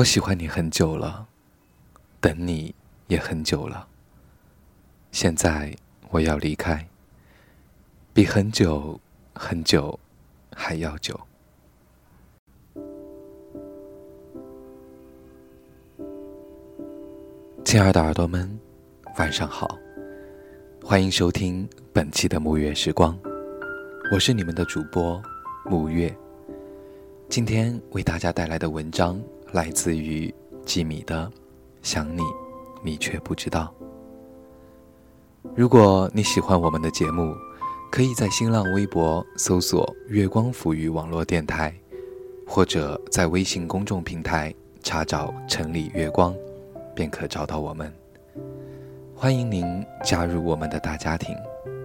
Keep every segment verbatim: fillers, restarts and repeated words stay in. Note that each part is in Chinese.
我喜欢你很久了，等你也很久了。现在我要离开，比很久很久还要久。亲爱的耳朵们，晚上好，欢迎收听本期的沐月时光，我是你们的主播沐月。今天为大家带来的文章来自于季米的《想你，你却不知道》。如果你喜欢我们的节目，可以在新浪微博搜索月光浮语网络电台，或者在微信公众平台查找城里月光，便可找到我们。欢迎您加入我们的大家庭。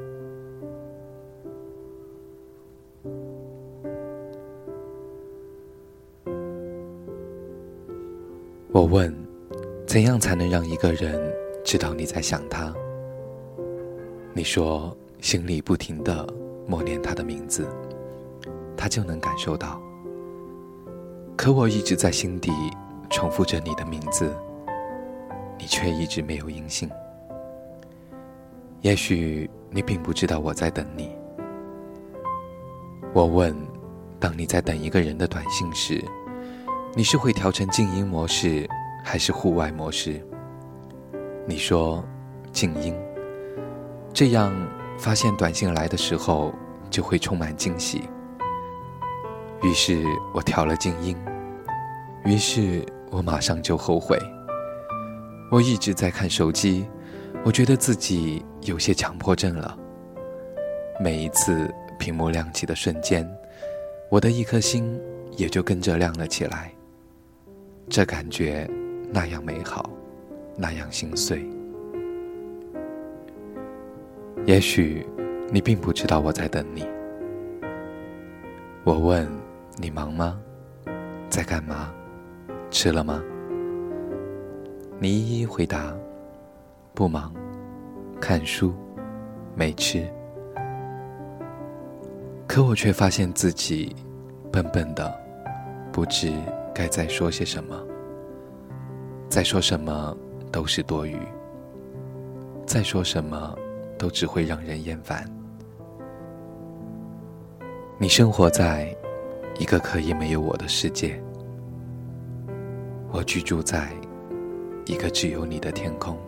我问，怎样才能让一个人知道你在想他？你说，心里不停地默念他的名字，他就能感受到。可我一直在心底重复着你的名字，你却一直没有音信。也许你并不知道我在等你。我问，当你在等一个人的短信时，你是会调成静音模式还是户外模式？你说静音，这样发现短信来的时候就会充满惊喜。于是我调了静音，于是我马上就后悔。我一直在看手机，我觉得自己有些强迫症了。每一次屏幕亮起的瞬间，我的一颗心也就跟着亮了起来。这感觉那样美好，那样心碎。也许你并不知道我在等你。我问你忙吗？在干嘛？吃了吗？你一一回答，不忙，看书，没吃。可我却发现自己笨笨的，不知该再说些什么。再说什么都是多余，再说什么都只会让人厌烦。你生活在一个可以没有我的世界，我居住在一个只有你的天空。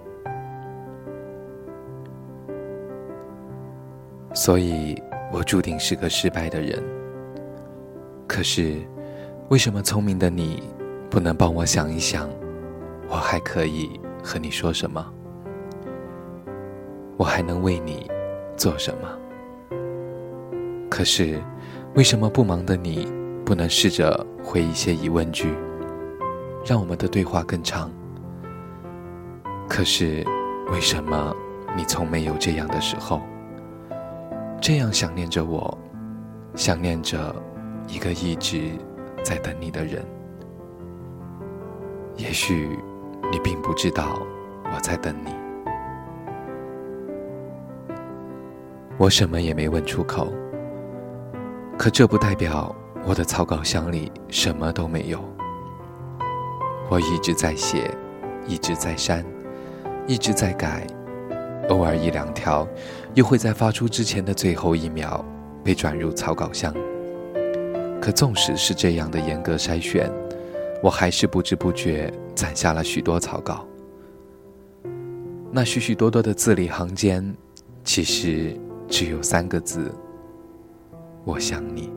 所以我注定是个失败的人。可是为什么聪明的你不能帮我想一想，我还可以和你说什么？我还能为你做什么？可是为什么不忙的你不能试着回一些疑问句，让我们的对话更长？可是为什么你从没有这样的时候，这样想念着我，想念着一个一直在等你的人？也许你并不知道我在等你。我什么也没问出口，可这不代表我的草稿箱里什么都没有。我一直在写，一直在删，一直在改，偶尔一两条又会在发出之前的最后一秒被转入草稿箱。可纵使是这样的严格筛选，我还是不知不觉攒下了许多草稿。那许许多多的字里行间，其实只有三个字：我想你。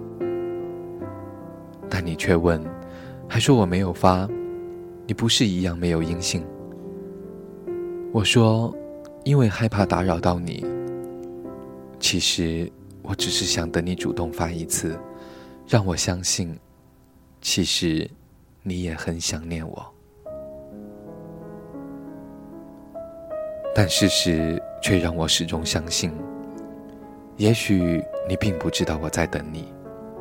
但你却问，还说我没有发，你不是一样没有音信？我说，因为害怕打扰到你。其实我只是想等你主动发一次，让我相信，其实你也很想念我。但事实却让我始终相信，也许你并不知道我在等你。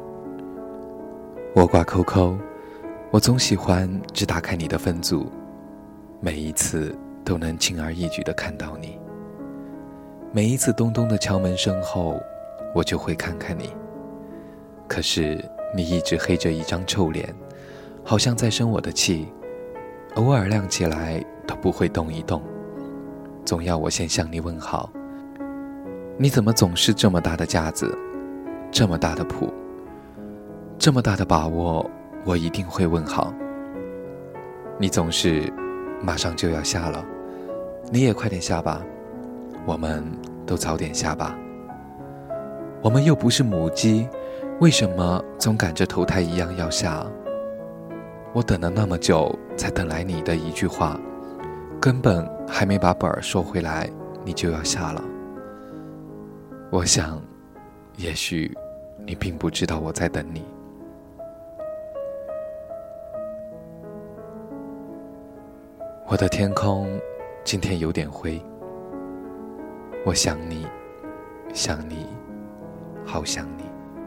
我挂 Q Q， 我总喜欢只打开你的分组，每一次都能轻而易举地看到你。每一次咚咚的敲门声后，我就会看看你。可是你一直黑着一张臭脸，好像在生我的气， 偶尔亮起来都不会动一动，总要我先向你问好。你怎么总是这么大的架子，这么大的谱，这么大的把握，我一定会问好。你总是马上就要下了，你也快点下吧，我们都早点下吧。我们又不是母鸡，为什么总赶着投胎一样要下？我等了那么久，才等来你的一句话，根本还没把本儿收回来，你就要下了。我想，也许你并不知道我在等你。我的天空今天有点灰，我想你，想你，好想你。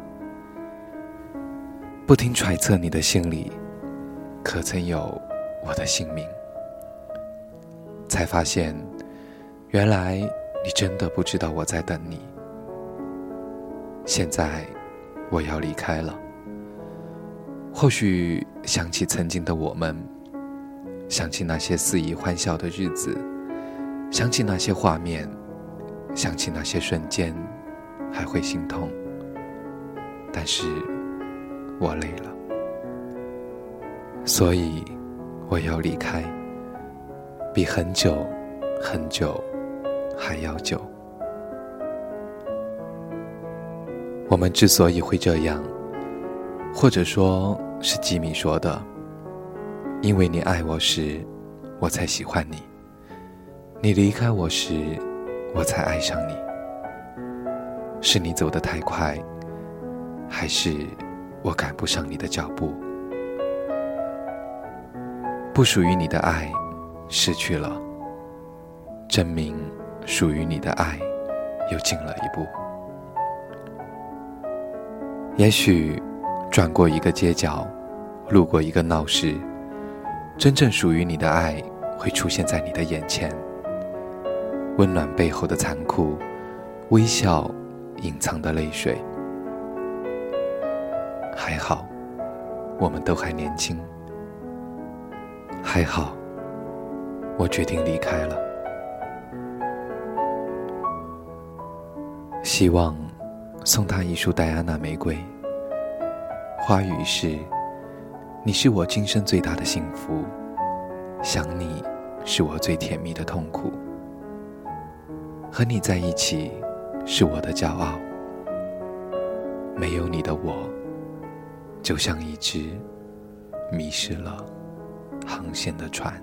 不停揣测你的心里，可曾有我的姓名？才发现，原来你真的不知道我在等你。现在我要离开了，或许想起曾经的我们，想起那些肆意欢笑的日子，想起那些画面，想起那些瞬间，还会心痛。但是我累了，所以我要离开，比很久很久还要久。我们之所以会这样，或者说是吉米说的，因为你爱我时，我才喜欢你；你离开我时，我才爱上你。是你走得太快，还是我赶不上你的脚步？不属于你的爱失去了，证明属于你的爱又近了一步。也许转过一个街角，路过一个闹市，真正属于你的爱会出现在你的眼前，温暖背后的残酷，微笑隐藏的泪水。还好我们都还年轻，还好我决定离开了。希望送他一束戴安娜玫瑰，花语是：你是我今生最大的幸福，想你是我最甜蜜的痛苦，和你在一起是我的骄傲，没有你的我就像一只迷失了航线的船。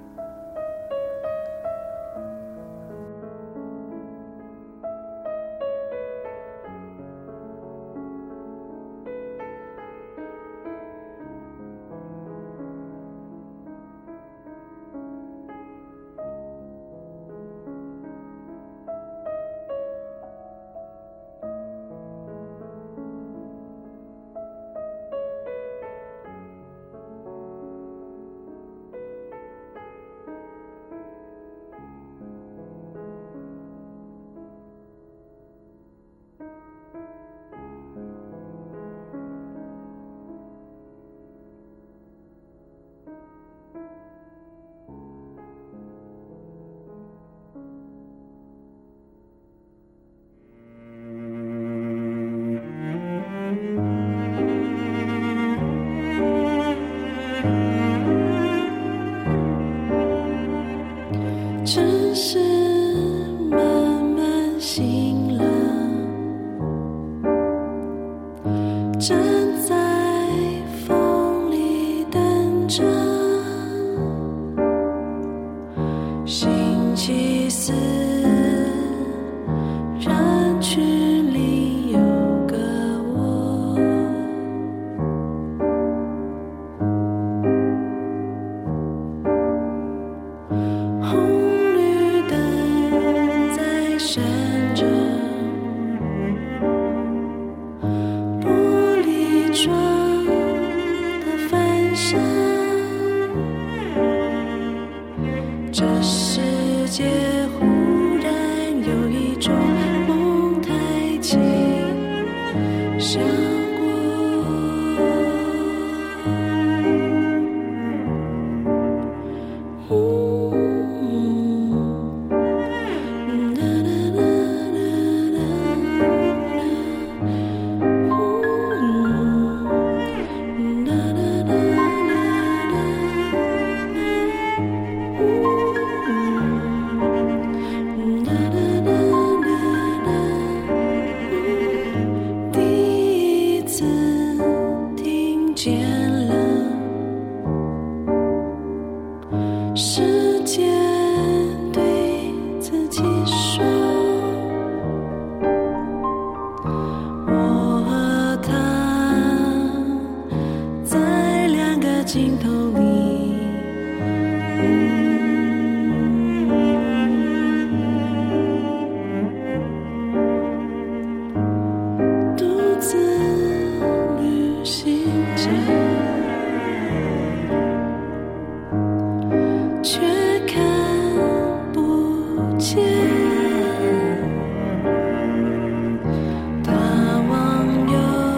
只是慢慢醒了，站在风里等着，星期四人群里有个我，闪着，玻璃窗的反射时间对自己说，我和他在两个镜头里，独自旅行着，却看不见他往右，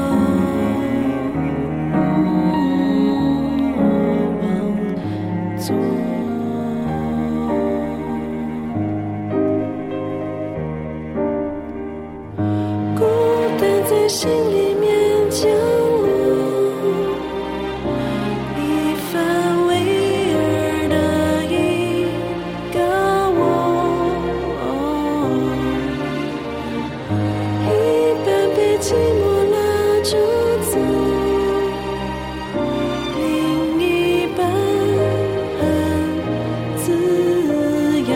我往左。孤单在心里面降落，一分为二的一个我，一半被寂寞拉着走，另一半很自由。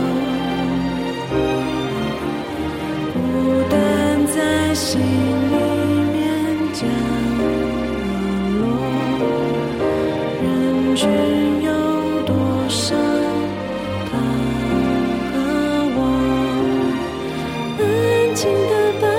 孤单在心里面降落，人群有多少？他和我，安静地把